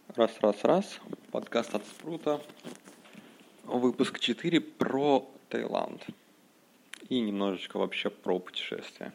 Раз. Подкаст от Спрута. Выпуск 4 про Таиланд. И немножечко вообще про путешествия.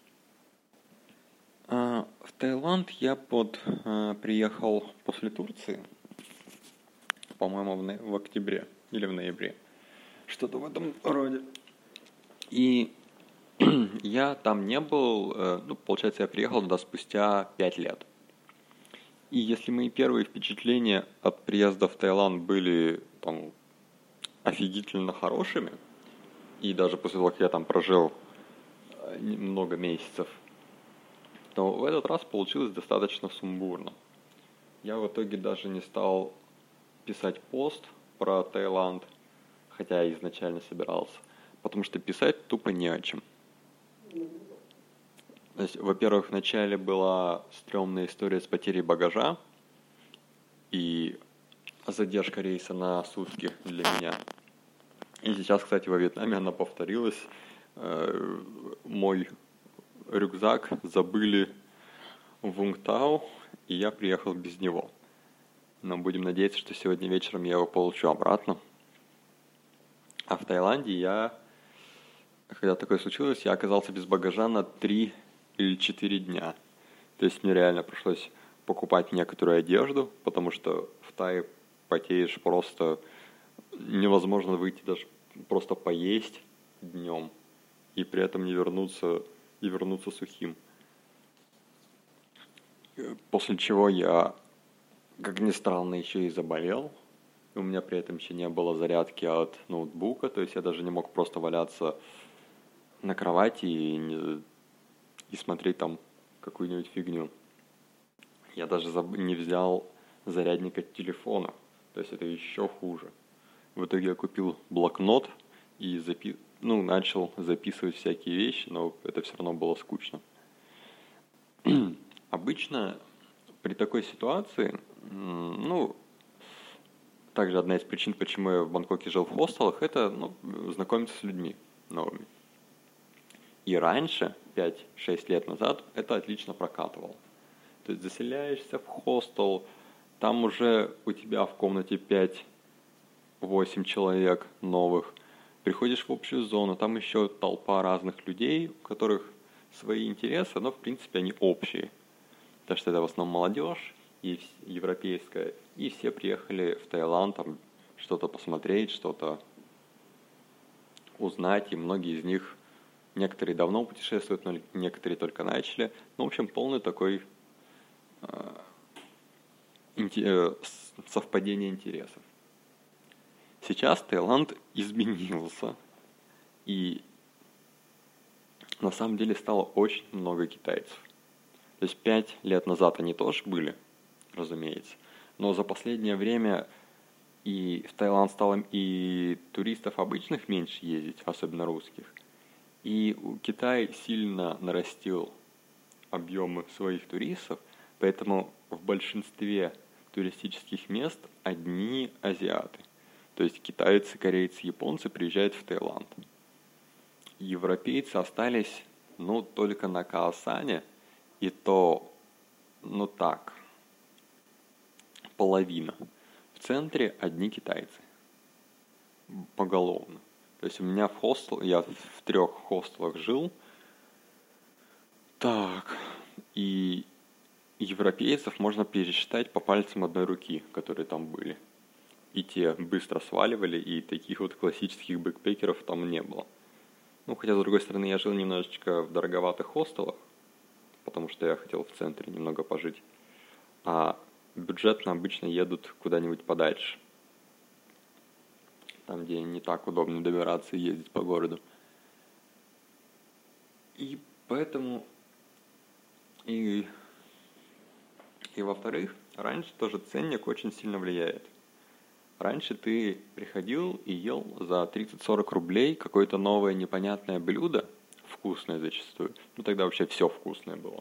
В Таиланд я приехал после Турции, по-моему, в октябре или в ноябре. Что-то в этом роде. И я там не был, получается, я приехал туда спустя 5 лет. И если мои первые впечатления от приезда в Таиланд были там офигительно хорошими, и даже после того, как я там прожил много месяцев, то в этот раз получилось достаточно сумбурно. Я в итоге даже не стал писать пост про Таиланд, хотя я изначально собирался, потому что писать тупо не о чем. То есть, во-первых, вначале была стрёмная история с потерей багажа и задержка рейса на сутки для меня. И сейчас, кстати, во Вьетнаме она повторилась. Мой рюкзак забыли в Вунгтау, и я приехал без него. Но будем надеяться, что сегодня вечером я его получу обратно. А в Таиланде когда такое случилось, я оказался без багажа на 3 или 4 дня. То есть мне реально пришлось покупать некоторую одежду, потому что в Тае потеешь просто... Невозможно выйти даже просто поесть днем и при этом не вернуться сухим. После чего я, как ни странно, еще и заболел. У меня при этом еще не было зарядки от ноутбука, то есть я даже не мог просто валяться на кровати и смотреть там какую-нибудь фигню. Я даже не взял зарядник от телефона, то есть это еще хуже. В итоге я купил блокнот и начал записывать всякие вещи, но это все равно было скучно. Обычно при такой ситуации, также одна из причин, почему я в Бангкоке жил в хостелах, это знакомиться с людьми новыми. И раньше, 5-6 лет назад, это отлично прокатывало. То есть заселяешься в хостел, там уже у тебя в комнате 5-8 человек новых. Приходишь в общую зону, там еще толпа разных людей, у которых свои интересы, но в принципе они общие. Потому что это в основном молодежь и европейская. И все приехали в Таиланд там что-то посмотреть, что-то узнать. И многие из них, некоторые давно путешествуют, но некоторые только начали. В общем, полный такой совпадение интересов. Сейчас Таиланд изменился, и на самом деле стало очень много китайцев. То есть 5 лет назад они тоже были, разумеется, но за последнее время и в Таиланд стало и туристов обычных меньше ездить, особенно русских, и Китай сильно нарастил объемы своих туристов, поэтому в большинстве туристических мест одни азиаты. То есть китайцы, корейцы, японцы приезжают в Таиланд. Европейцы остались, только на Каосане, и то, половина. В центре одни китайцы. Поголовно. То есть у меня я в 3 хостелах жил. И европейцев можно пересчитать по пальцам одной руки, которые там были. И те быстро сваливали, и таких вот классических бэкпекеров там не было. Хотя, с другой стороны, я жил немножечко в дороговатых хостелах, потому что я хотел в центре немного пожить. А бюджетно обычно едут куда-нибудь подальше. Там, где не так удобно добираться и ездить по городу. И поэтому... И во-вторых, раньше тоже ценник очень сильно влияет. Раньше ты приходил и ел за 30-40 рублей какое-то новое непонятное блюдо, вкусное зачастую. Тогда вообще все вкусное было.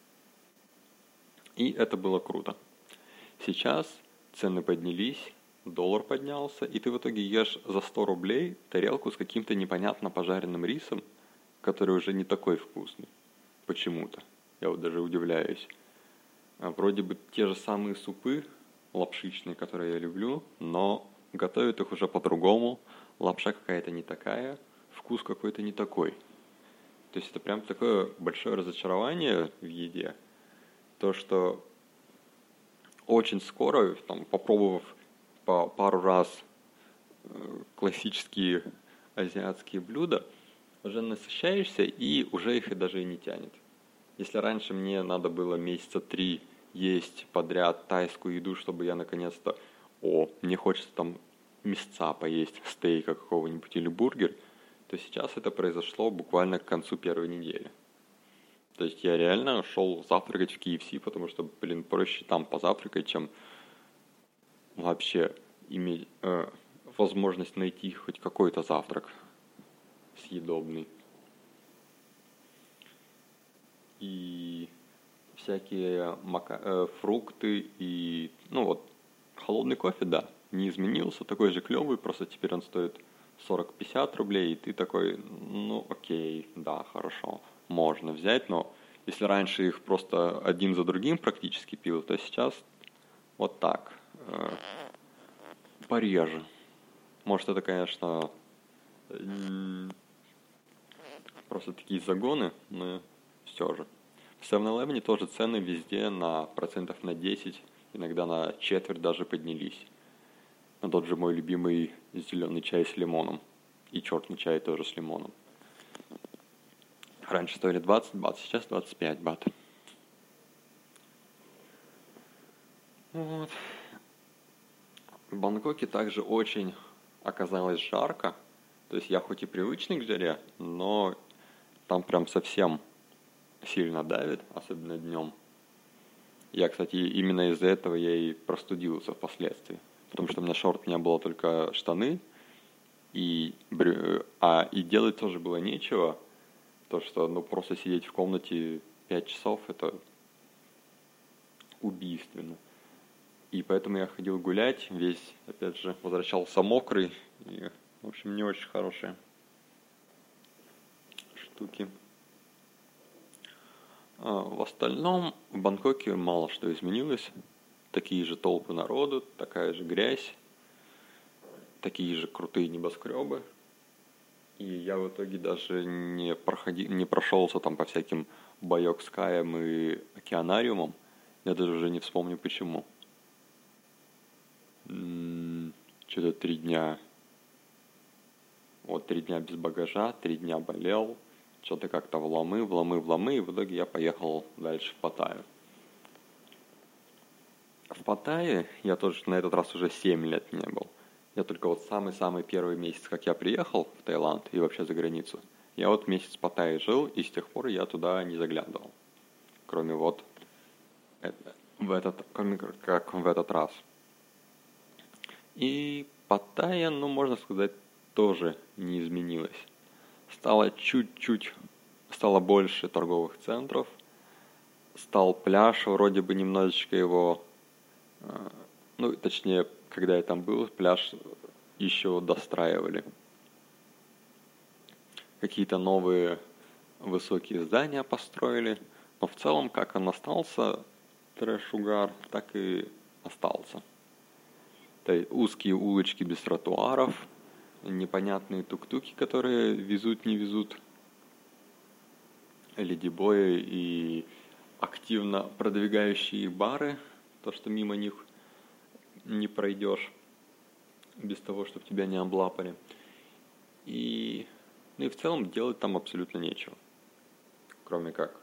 И это было круто. Сейчас цены поднялись, доллар поднялся, и ты в итоге ешь за 100 рублей тарелку с каким-то непонятно пожаренным рисом, который уже не такой вкусный. Почему-то. Я вот даже удивляюсь. Вроде бы те же самые супы, лапшичные, которые я люблю, но готовят их уже по-другому. Лапша какая-то не такая, вкус какой-то не такой. То есть это прям такое большое разочарование в еде. То, что очень скоро, там, попробовав по пару раз классические азиатские блюда, уже насыщаешься и уже их и даже и не тянет. Если раньше мне надо было месяца 3 есть подряд тайскую еду, чтобы я наконец-то, мне хочется там мясца поесть, стейка какого-нибудь или бургер, то сейчас это произошло буквально к концу первой недели. То есть я реально шел завтракать в KFC, потому что, проще там позавтракать, чем вообще иметь возможность найти хоть какой-то завтрак съедобный. И всякие фрукты и, холодный кофе, да, не изменился, такой же клевый, просто теперь он стоит 40-50 рублей, и ты такой, окей, да, хорошо, можно взять, но если раньше их просто один за другим практически пил, то сейчас вот так, пореже. Может, это, конечно, просто такие загоны, но все же. В 7-Eleven тоже цены везде на процентов на 10, иногда на четверть даже поднялись. На тот же мой любимый зеленый чай с лимоном. И черный чай тоже с лимоном. Раньше стоили 20 бат, сейчас 25 бат. Вот. В Бангкоке также очень оказалось жарко. То есть я хоть и привычный к жаре, но там прям совсем сильно давит, особенно днем. Я, кстати, именно из-за этого я и простудился впоследствии. Потому что у меня шорт не было, только штаны. И делать тоже было нечего. То, что просто сидеть в комнате 5 часов, это убийственно. И поэтому я ходил гулять, весь, опять же, возвращался мокрый. И, в общем, не очень хорошие штуки. В остальном в Бангкоке мало что изменилось. Такие же толпы народу, такая же грязь, такие же крутые небоскребы. И я в итоге даже не прошелся там по всяким Байокскаям и океанариумам. Я даже уже не вспомню почему. Что-то 3 дня. 3 дня без багажа, 3 дня болел. Что-то как-то вломы, и в итоге я поехал дальше в Паттайю. В Паттайе я тоже на этот раз уже 7 лет не был. Я только самый-самый первый месяц, как я приехал в Таиланд и вообще за границу, я месяц в Паттайе жил, и с тех пор я туда не заглядывал. Кроме как в этот раз. И Паттайя, можно сказать, тоже не изменилась. Стало больше торговых центров, стал пляж, вроде бы немножечко его, точнее, когда я там был, пляж еще достраивали. Какие-то новые высокие здания построили, но в целом, как он остался, трэш-угар, так и остался. То есть узкие улочки без тротуаров, непонятные тук-туки, которые везут, не везут, ледибои и активно продвигающие бары, то, что мимо них не пройдешь без того, чтобы тебя не облапали. И в целом делать там абсолютно нечего. Кроме как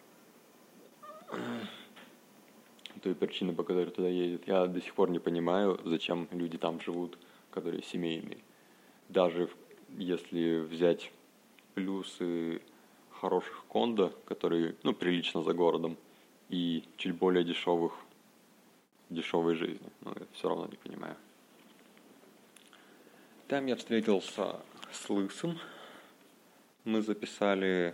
той причины, по которой туда ездят. Я до сих пор не понимаю, зачем люди там живут, которые семейные. Даже если взять плюсы хороших кондо, которые, прилично за городом, и чуть более дешевой жизни. Но я все равно не понимаю. Там я встретился с Лысым. Мы записали...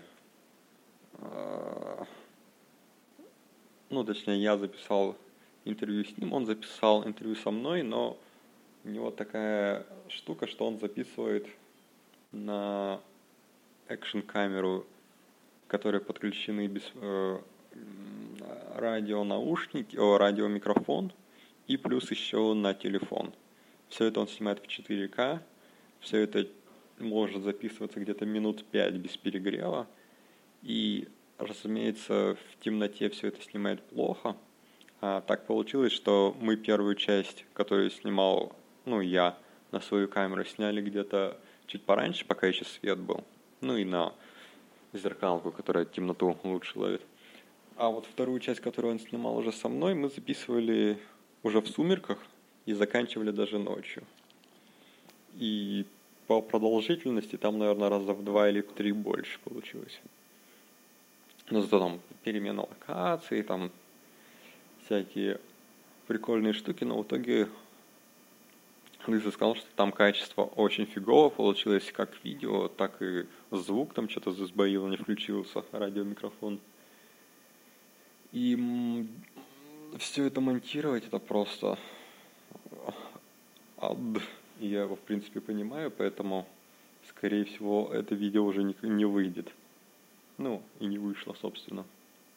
точнее, я записал интервью с ним, он записал интервью со мной, но у него такая штука, что он записывает на экшн-камеру, которые подключены без радиомикрофон, и плюс еще на телефон. Все это он снимает в 4К, все это может записываться где-то минут 5 без перегрева, и, разумеется, в темноте все это снимает плохо. А так получилось, что мы первую часть, которую снимал, я на свою камеру, сняли где-то чуть пораньше, пока еще свет был. Ну и на зеркалку, которая темноту лучше ловит. А вот вторую часть, которую он снимал уже со мной, мы записывали уже в сумерках и заканчивали даже ночью. И по продолжительности там, наверное, раза в 2 или в 3 больше получилось. Но зато там перемена локации, там всякие прикольные штуки, но в итоге Лысый сказал, что там качество очень фигово получилось, как видео, так и звук, там что-то засбоило, не включился, радиомикрофон. И все это монтировать, это просто ад. И я его, в принципе, понимаю, поэтому, скорее всего, это видео уже не выйдет. И не вышло, собственно.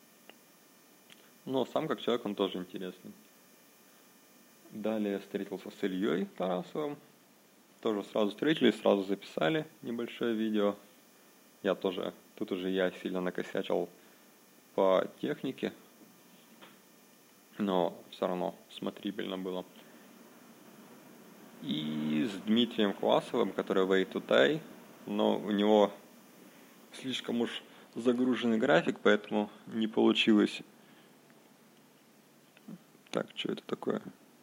Но сам как человек он тоже интересный. Далее я встретился с Ильей Тарасовым. Тоже сразу встретились, сразу записали небольшое видео. Тут уже я сильно накосячил по технике. Но все равно смотрибельно было. И с Дмитрием Квасовым, который way to die, но у него слишком уж загруженный график, поэтому не получилось. Так, что это такое?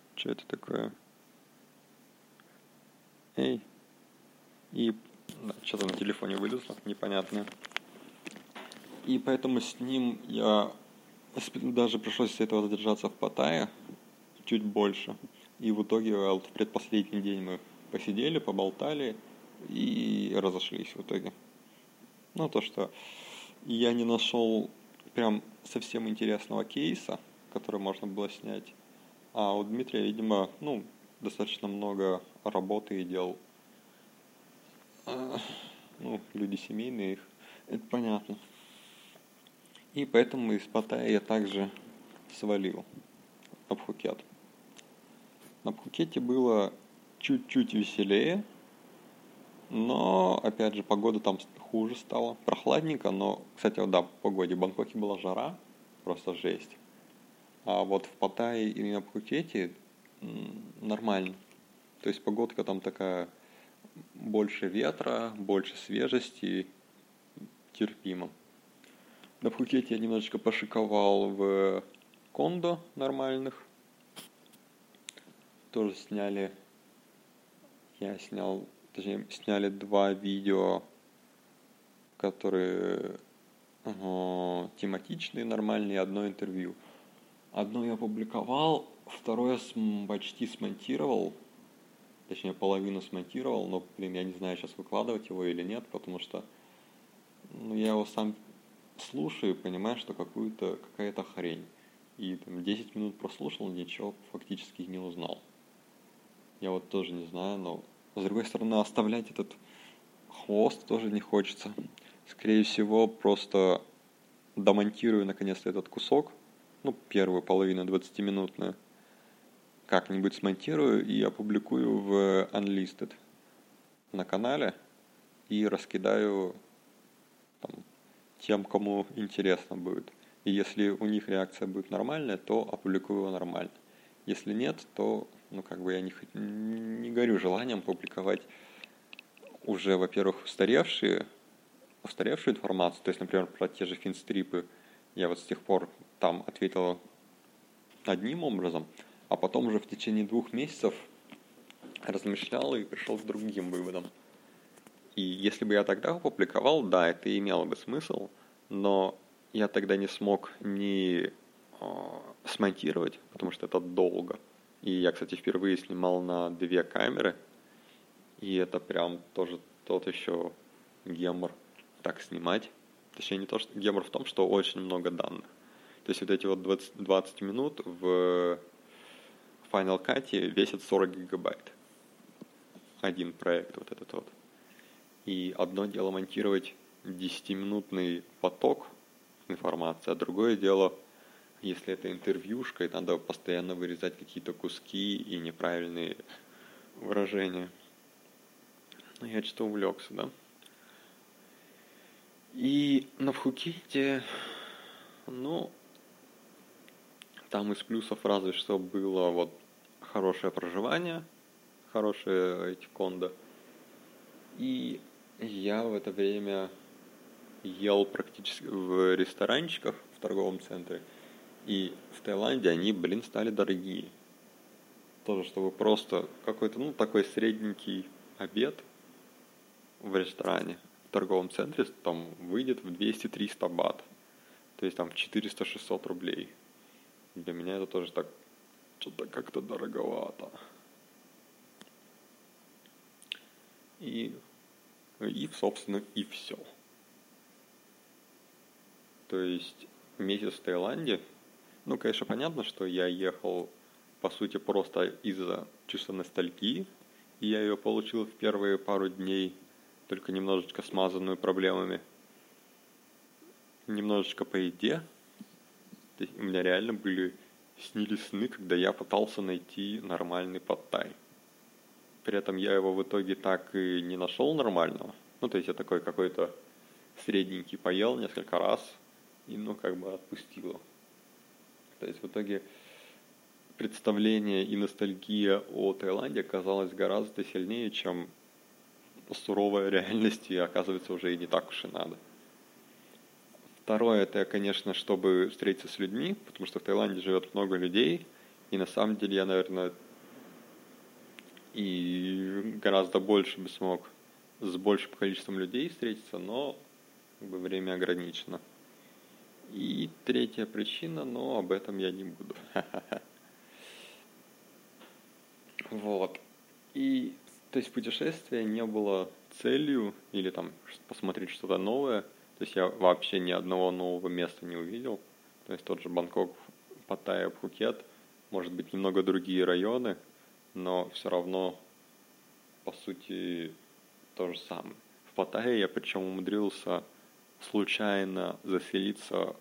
Эй. И что-то на телефоне вылезло, непонятное. И поэтому с ним я даже пришлось из-за этого задержаться в Паттайе чуть больше. И в итоге в предпоследний день мы посидели, поболтали и разошлись в итоге. То, что я не нашел прям совсем интересного кейса, который можно было снять. А у Дмитрия, видимо, достаточно много работы и дел. Люди семейные, это понятно. И поэтому из Паттайи я также свалил на Пхукет. На Пхукете было чуть-чуть веселее, но, опять же, погода там хуже стала. Прохладненько, но, кстати, по погоде. В Бангкоке была жара, просто жесть. А вот в Паттайе и на Пхукете нормально. То есть погодка там такая, больше ветра, больше свежести, терпимо. На Пхукете я немножечко пошиковал в кондо нормальных. Тоже сняли 2 видео, которые тематичные, нормальные, 1 интервью. 1 я опубликовал, 2 почти смонтировал, точнее половину смонтировал, но, я не знаю, сейчас выкладывать его или нет, потому что я его сам слушаю, понимаю, что какая-то хрень. И 10 минут прослушал, ничего фактически не узнал. Я тоже не знаю, но с другой стороны оставлять этот хвост тоже не хочется. Скорее всего, просто домонтирую наконец-то этот кусок, первую половину 20-минутную, как-нибудь смонтирую и опубликую в Unlisted на канале и раскидаю тем, кому интересно будет. И если у них реакция будет нормальная, то опубликую его нормально. Если нет, то я не горю желанием публиковать уже, во-первых, устаревшую информацию. То есть, например, про те же финстрипы я с тех пор там ответил одним образом, а потом уже в течение 2 месяцев размышлял и пришел к другим выводам. И если бы я тогда опубликовал, да, это имело бы смысл, но я тогда не смог ни смонтировать, потому что это долго. И я, кстати, впервые снимал на 2 камеры, и это прям тоже тот еще гемор так снимать. Точнее, не то, что гемор в том, что очень много данных. То есть вот эти 20 минут в Final Cut весят 40 гигабайт. Один проект вот этот вот. И одно дело монтировать 10-минутный поток информации, а другое дело если это интервьюшка, и надо постоянно вырезать какие-то куски и неправильные выражения. Ну, я что-то увлекся, да? И на Пхукете, ну, там из плюсов разве что было вот хорошее проживание, хорошие эти кондо. И я в это время ел практически в ресторанчиках в торговом центре. И в Таиланде они, стали дорогие. Тоже, чтобы просто какой-то, такой средненький обед в ресторане, в торговом центре, там выйдет в 200-300 бат. То есть там в 400-600 рублей. Для меня это тоже так, что-то как-то дороговато. И, собственно, и все. То есть месяц в Таиланде, конечно, понятно, что я ехал, по сути, просто из-за чувства ностальгии, и я ее получил в первые пару дней, только немножечко смазанную проблемами, немножечко по еде. То есть у меня реально снились сны, когда я пытался найти нормальный пад-тай. При этом я его в итоге так и не нашел нормального. То есть я такой какой-то средненький поел несколько раз, и, отпустило. То есть в итоге представление и ностальгия о Таиланде оказалось гораздо сильнее, чем суровая реальность, и оказывается уже и не так уж и надо. Второе, это, конечно, чтобы встретиться с людьми, потому что в Таиланде живет много людей, и на самом деле я, наверное, и гораздо больше бы смог с большим количеством людей встретиться, но время ограничено. И третья причина, но об этом я не буду. Вот. И, то есть, путешествие не было целью или там посмотреть что-то новое. То есть я вообще ни одного нового места не увидел. То есть тот же Бангкок, Паттайя, Пхукет, может быть, немного другие районы, но все равно, по сути, то же самое. В Паттайе я причем умудрился случайно заселиться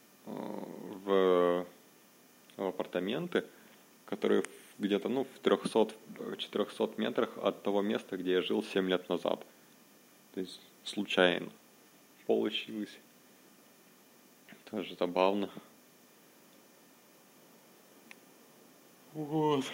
в апартаменты, которые где-то в 300-400 метрах от того места, где я жил 7 лет назад. То есть случайно получилось. Тоже забавно. Вот.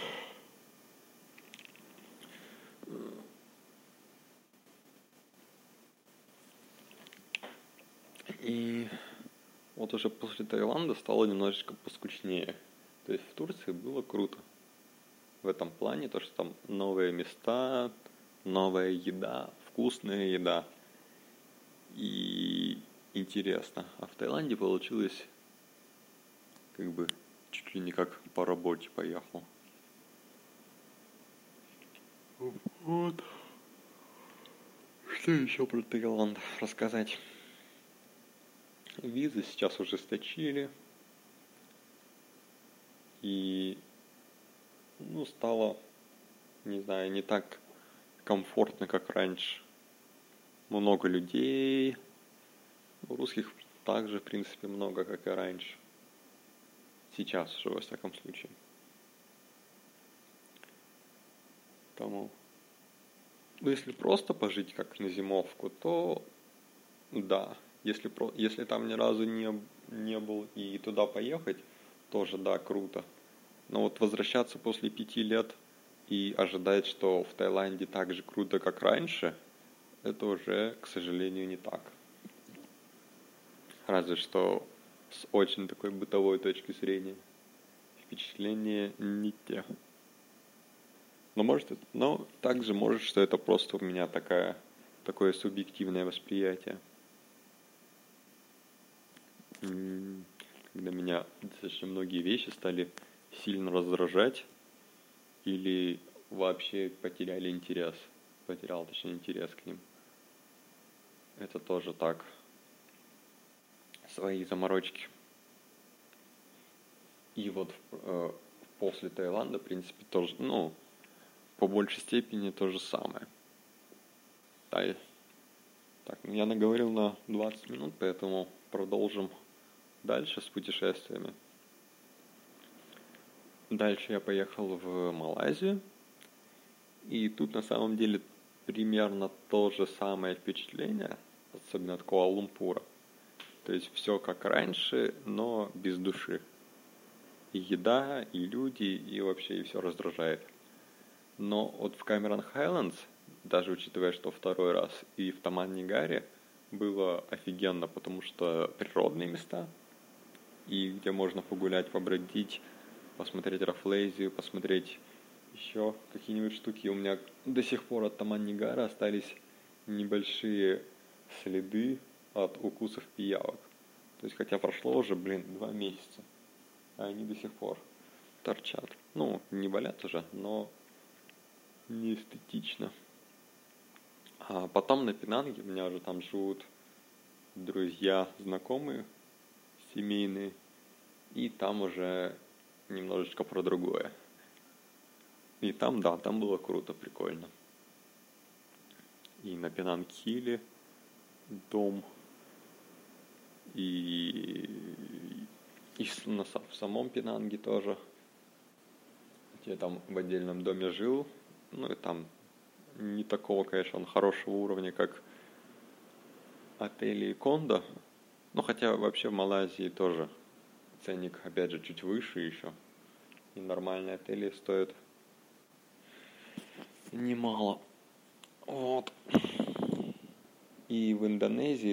И вот уже после Таиланда стало немножечко поскучнее. То есть в Турции было круто. В этом плане, то что там новые места, новая еда, вкусная еда. И интересно. А в Таиланде получилось чуть ли не как по работе поехал. Вот. Что еще про Таиланд рассказать? Визы сейчас ужесточили. И стало, не знаю, не так комфортно, как раньше. Много людей. Русских также, в принципе, много, как и раньше. Сейчас уже, во всяком случае. Тому. Если просто пожить как на зимовку, то да. Если там ни разу не был и туда поехать, тоже да, круто. Но вот возвращаться после 5 лет и ожидать, что в Таиланде так же круто, как раньше, это уже, к сожалению, не так. Разве что с очень такой бытовой точки зрения. Впечатления не те. Но также может, что это просто у меня такое субъективное восприятие. Когда меня достаточно многие вещи стали сильно раздражать или вообще потерял интерес к ним. Это тоже так. Свои заморочки. И вот после Таиланда, в принципе, тоже, по большей степени то же самое. Так, я наговорил на 20 минут, поэтому продолжим дальше с путешествиями. Дальше я поехал в Малайзию. И тут на самом деле примерно то же самое впечатление, особенно от Куала-Лумпура. То есть все как раньше, но без души. И еда, и люди, и вообще и все раздражает. Но вот в Камерон Хайлендс, даже учитывая, что второй раз, и в Таман-Нигаре было офигенно, потому что природные места, и где можно погулять, побродить, посмотреть Рафлейзию, посмотреть еще какие-нибудь штуки. У меня до сих пор от Таман-Нигара остались небольшие следы от укусов пиявок. То есть, хотя прошло уже, 2 месяца, а они до сих пор торчат. Ну, не болят уже, но не эстетично. А потом на Пенанге у меня уже там живут друзья, знакомые, семейные, и там уже немножечко про другое. И там, да, там было круто, прикольно. И на Пенанг-Хилле дом, и в самом Пенанге тоже. Я там в отдельном доме жил, ну и там не такого, конечно, он хорошего уровня, как отели и кондо. Ну, хотя вообще в Малайзии тоже ценник, опять же, чуть выше еще. И нормальные отели стоят немало. Вот. И в Индонезии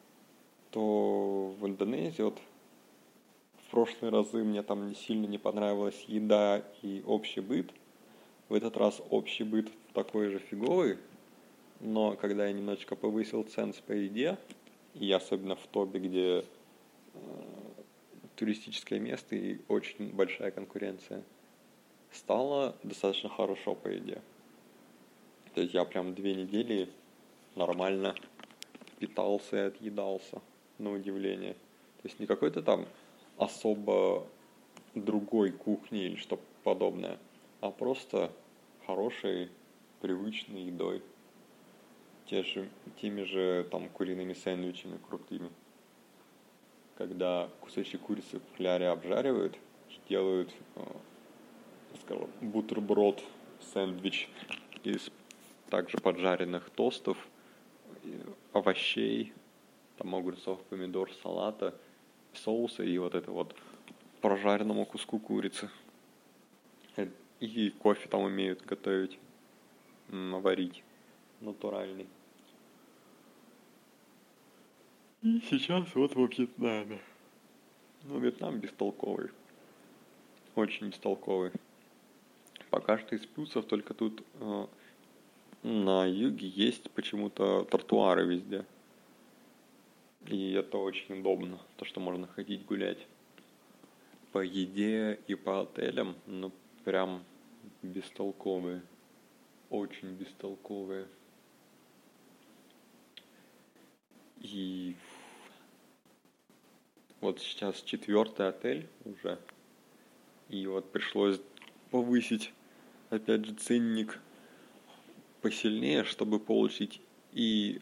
вот в прошлые разы мне там не сильно не понравилась еда и общий быт. В этот раз общий быт такой же фиговый, но когда я немножечко повысил ценз по еде, и особенно в Тобе, где туристическое место и очень большая конкуренция, стало достаточно хорошо по еде. То есть я прям 2 недели нормально питался и отъедался, на удивление. То есть не какой-то там особо другой кухни или что подобное, а просто хорошей, привычной едой. Теми же там куриными сэндвичами крутыми. Когда кусочек курицы в кляре обжаривают, делают, скажем, бутерброд, сэндвич из также поджаренных тостов, овощей, там огурцов, помидор, салата, соуса и вот это вот прожаренному куску курицы. И кофе там умеют готовить, варить, натуральный. И сейчас вот во Вьетнаме. Ну, Вьетнам бестолковый. Очень бестолковый. Пока что из плюсов только тут на юге есть почему-то тротуары везде. И это очень удобно, то, что можно ходить гулять. По еде и по отелям, ну, прям бестолковые. Очень бестолковые. И вот сейчас 4-й отель уже. И вот пришлось повысить, опять же, ценник посильнее, чтобы получить и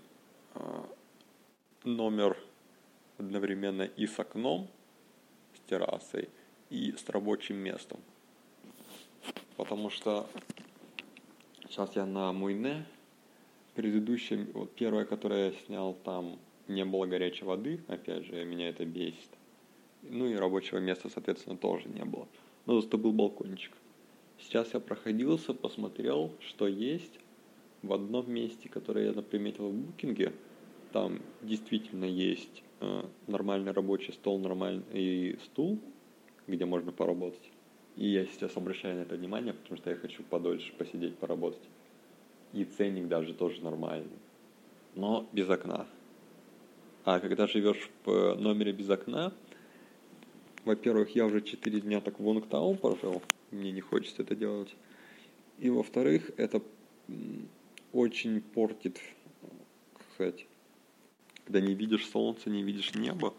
номер одновременно и с окном, с террасой, и с рабочим местом. Потому что сейчас я на Муйне, предыдущая, вот первая, которую я снял, там не было горячей воды, опять же, меня это бесит. Ну и рабочего места, соответственно, тоже не было. Но зато был балкончик. Сейчас я проходился, посмотрел, что есть. В одном месте, которое я наприметил в букинге, там действительно есть нормальный рабочий стол, нормальный стул, где можно поработать. И я сейчас обращаю на это внимание, потому что я хочу подольше посидеть, поработать. И ценник даже тоже нормальный. Но без окна. А когда живешь в номере без окна, во-первых, я уже 4 дня так в Вунгтау пожил, мне не хочется это делать. И во-вторых, это очень портит, как сказать, когда не видишь солнца, не видишь неба,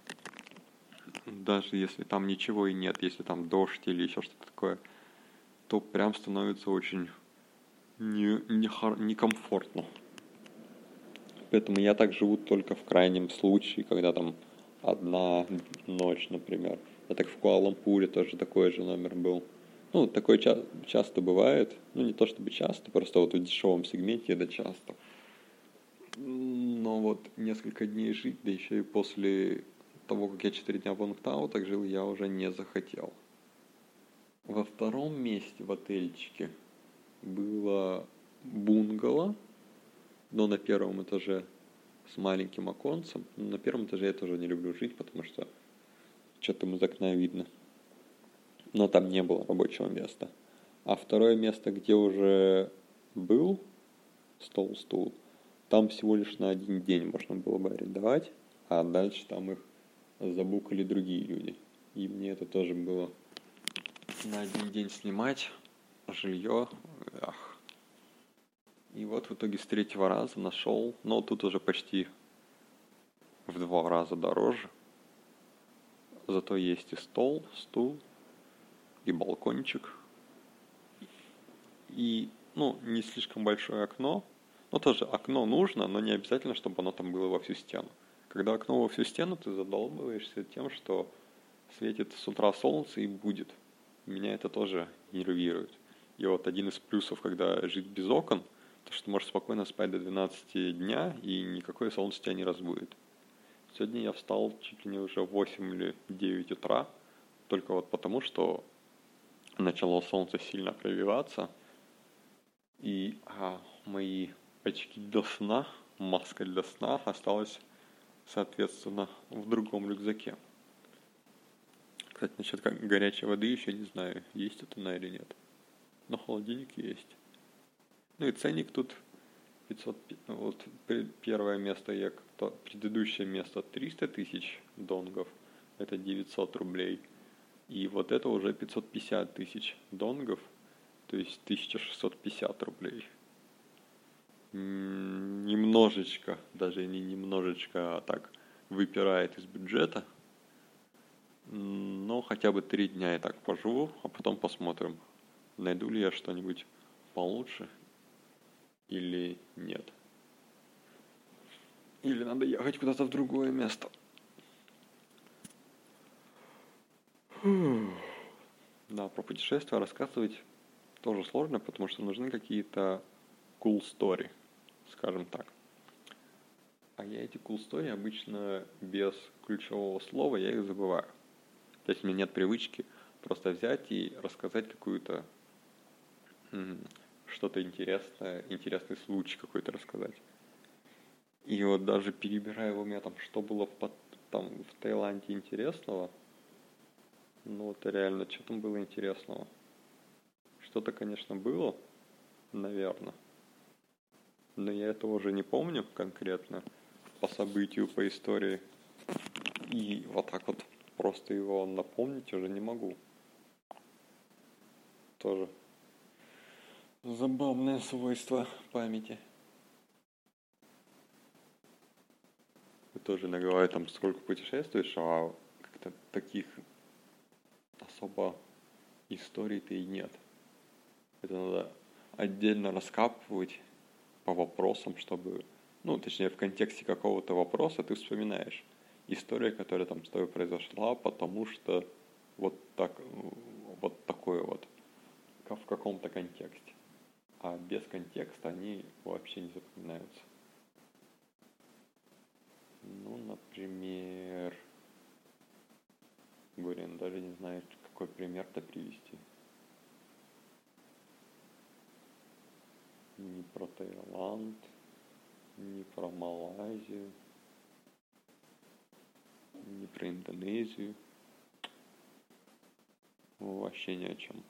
даже если там ничего и нет, если там дождь или еще что-то такое, то прям становится очень некомфортно. Поэтому я так живу только в крайнем случае, когда там 1 ночь, например. Я так в Куала-Лумпуре тоже такой же номер был. Ну, такое часто бывает. Ну, не то чтобы часто, просто вот в дешевом сегменте это часто. Но вот несколько дней жить, да еще и после того, как я 4 дня в лонгтаутах жил, я уже не захотел. Во втором месте в отельчике было бунгало, но на первом этаже с маленьким оконцем. На первом этаже я тоже не люблю жить, потому что что-то там из окна видно. Но там не было рабочего места. А второе место, где уже был стол-стул, там всего лишь на 1 день можно было бы арендовать, а дальше там их забукали другие люди. И мне это тоже было на 1 день снимать жилье. Ах. И вот в итоге с 3-го раза нашел, но тут уже почти в 2 раза дороже. Зато есть и стол, стул, и балкончик. И, не слишком большое окно. Но тоже окно нужно, но не обязательно, чтобы оно там было во всю стену. Когда окно во всю стену, ты задолбываешься тем, что светит с утра солнце и будет. Меня это тоже нервирует. И вот один из плюсов, когда жить без окон, то что ты можешь спокойно спать до 12 дня, и никакое солнце тебя не разбудит. Сегодня я встал чуть ли не уже в 8 или 9 утра, только вот потому, что начало солнце сильно пробиваться, и мои очки для сна, маска для сна осталась, соответственно, в другом рюкзаке. Кстати, насчет горячей воды еще не знаю, есть это она или нет. Но холодильник есть. Ну и ценник тут 500, вот первое место, предыдущее место 300 тысяч донгов, это 900 рублей. И вот это уже 550 тысяч донгов, то есть 1650 рублей. Немножечко, даже не немножечко, а так выпирает из бюджета. Но хотя бы 3 дня я так поживу, а потом посмотрим, найду ли я что-нибудь получше или нет. Или надо ехать куда-то в другое место. Да, про путешествия рассказывать тоже сложно, потому что нужны какие-то cool story, скажем так. А я эти cool story обычно без ключевого слова, я их забываю. То есть у меня нет привычки просто взять и рассказать какую-то что-то интересное, интересный случай какой-то рассказать. И вот даже перебирая в уме там, что было в Таиланде интересного, это реально, что там было интересного? Что-то, конечно, было, наверное, но я этого уже не помню конкретно по событию, по истории. И вот так вот просто его напомнить уже не могу. Тоже забавное свойство памяти. Вы тоже иногда там сколько путешествуешь, а как-то таких особо историй-то и нет. Это надо отдельно раскапывать по вопросам, чтобы, точнее, в контексте какого-то вопроса ты вспоминаешь история, которая там с тобой произошла, потому что вот такое вот, в каком-то контексте. А без контекста они вообще не запоминаются. Например, даже не знаю, какой пример-то привести. Ни про Таиланд, ни про Малайзию, ни про Индонезию. Вообще ни о чем.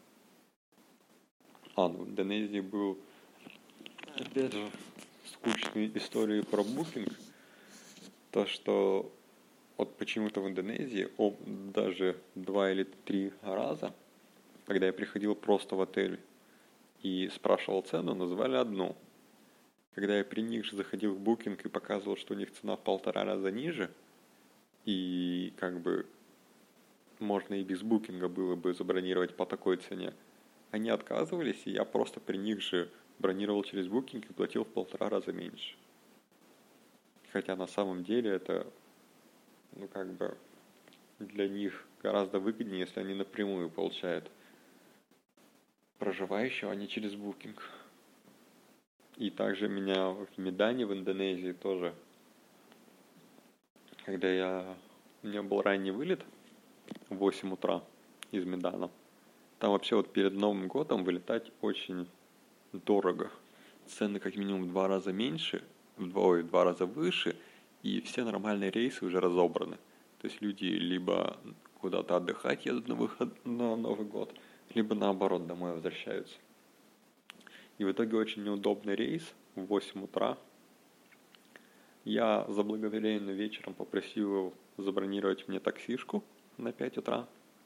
В Индонезии был, опять же, скучные истории про букинг. То, что вот почему-то в Индонезии даже 2 или 3 раза, когда я приходил просто в отель и спрашивал цену, называли одну. Когда я при них же заходил в букинг и показывал, что у них цена в 1,5 раза ниже, и можно и без букинга было бы забронировать по такой цене, они отказывались, и я просто при них же бронировал через букинг и платил в 1,5 раза меньше. Хотя на самом деле это, для них гораздо выгоднее, если они напрямую получают проживающего, а не через Booking. И также меня в Медане, в Индонезии тоже, когда у меня был ранний вылет в 8 утра из Медана, там вообще вот перед Новым годом вылетать очень дорого. Цены как минимум в 2 раза меньше, в 2 раза выше, и все нормальные рейсы уже разобраны. То есть люди либо куда-то отдыхать едут на Новый год, либо наоборот домой возвращаются. И в итоге очень неудобный рейс в 8 утра. Я заблаговременно вечером попросил его забронировать мне таксишку на 5 утра.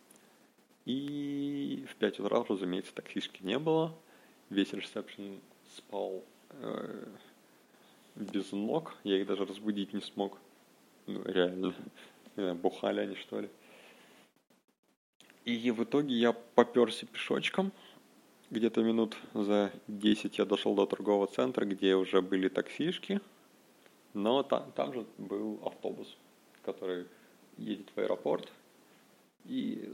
И в 5 утра, разумеется, таксишки не было. Весь ресепшн спал без ног. Я их даже разбудить не смог. Ну, реально. Не знаю, бухали они, что ли. И в итоге я попёрся пешочком. Где-то минут за 10 я дошел до торгового центра, где уже были таксишки. Но там же был автобус, который едет в аэропорт. И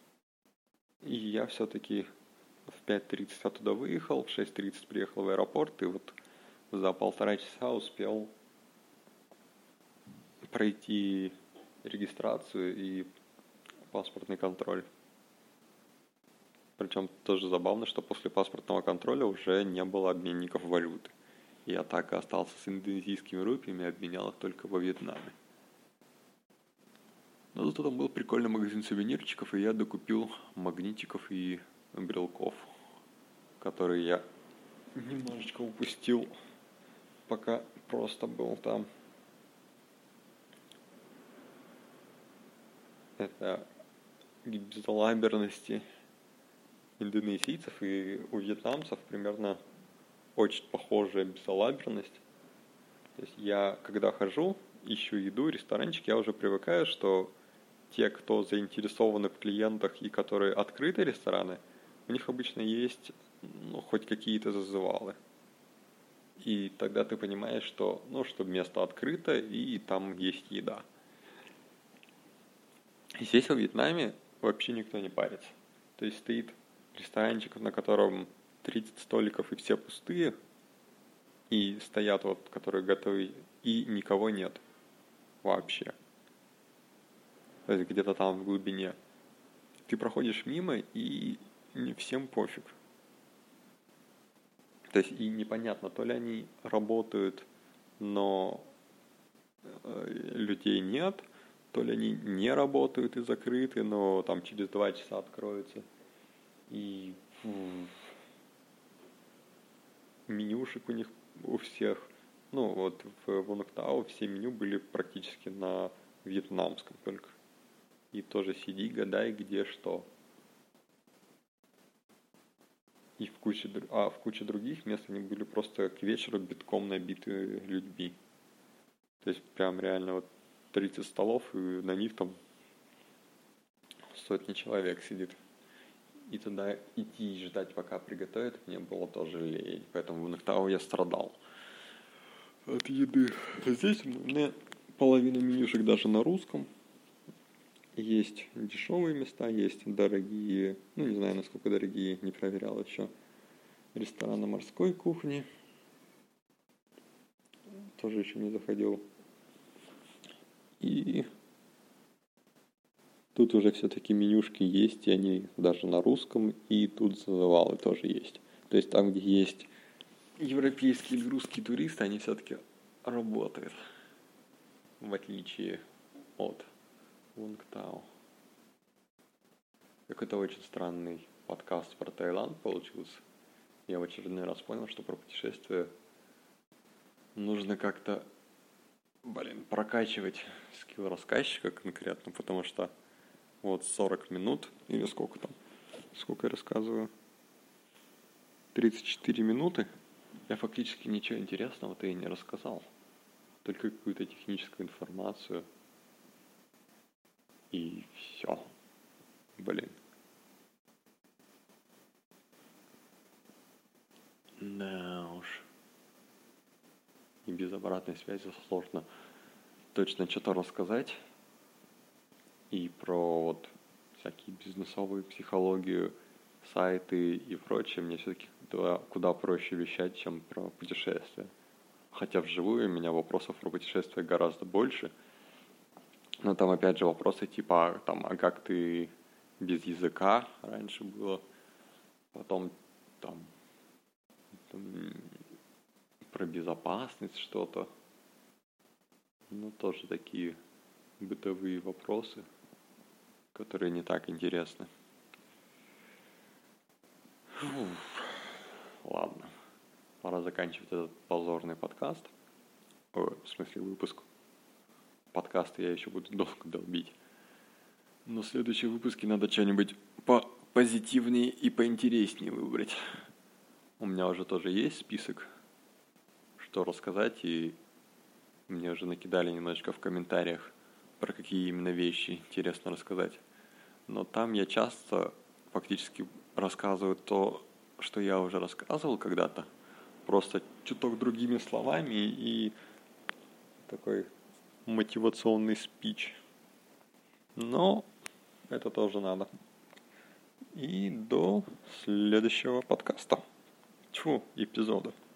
я все-таки в 5:30 оттуда выехал, в 6:30 приехал в аэропорт, и вот за 1,5 часа успел пройти регистрацию и паспортный контроль. Причем тоже забавно, что после паспортного контроля уже не было обменников валюты. Я так и остался с индонезийскими рупиями, обменял их только во Вьетнаме. Но зато там был прикольный магазин сувенирчиков, и я докупил магнитиков и брелков, которые я немножечко упустил, пока просто был там. Это к безалаберности индонезийцев и у вьетнамцев примерно очень похожая безалаберность. То есть я, когда хожу, ищу еду, ресторанчик, я уже привыкаю, что те, кто заинтересованы в клиентах и которые открыты рестораны, у них обычно есть хоть какие-то зазывалы. И тогда ты понимаешь, что место открыто и там есть еда. И здесь во Вьетнаме вообще никто не парится. То есть стоит ресторанчик, на котором 30 столиков и все пустые, и стоят которые готовы, и никого нет вообще. То есть где-то там в глубине. Ты проходишь мимо, и всем пофиг. То есть и непонятно, то ли они работают, но людей нет, то ли они не работают и закрыты, но там через 2 часа откроются. И менюшек у них у всех. В Вунгтау все меню были практически на вьетнамском только. И тоже сиди, гадай, где что. И в куче других мест они были просто к вечеру битком набиты людьми. То есть прям реально 30 столов, и на них там сотни человек сидит. И туда идти и ждать, пока приготовят, мне было тоже лень. Поэтому в Вунгтау я страдал от еды. Здесь у меня половина менюшек даже на русском. Есть дешевые места, есть дорогие, не знаю, насколько дорогие, не проверял еще. Рестораны морской кухни. Тоже еще не заходил. И тут уже все-таки менюшки есть, и они даже на русском, и тут зазывалы тоже есть. То есть там, где есть европейские или русские туристы, они все-таки работают, в отличие от Вунгтау. Какой-то очень странный подкаст про Таиланд получился. Я в очередной раз понял, что про путешествия нужно как-то, прокачивать скилл рассказчика конкретно, потому что 40 минут, или сколько я рассказываю, 34 минуты, я фактически ничего интересного-то и не рассказал. Только какую-то техническую информацию. И все. Да уж. И без обратной связи сложно точно что-то рассказать. И про всякие бизнесовые психологию сайты и прочее, мне все-таки куда проще вещать, чем про путешествия. Хотя вживую у меня вопросов про путешествия гораздо больше. Но там опять же вопросы типа, а как ты без языка раньше было? Потом там про безопасность что-то. Тоже такие бытовые вопросы, которые не так интересны. Ладно, пора заканчивать этот позорный подкаст. В смысле выпуск. Подкасты я еще буду долго долбить. Но в следующие выпуски надо что-нибудь попозитивнее и поинтереснее выбрать. У меня уже тоже есть список, что рассказать, и мне уже накидали немножечко в комментариях, про какие именно вещи интересно рассказать. Но там я часто фактически рассказываю то, что я уже рассказывал когда-то, просто чуток другими словами и такой мотивационный спич. Но это тоже надо. И до следующего подкаста. Эпизода.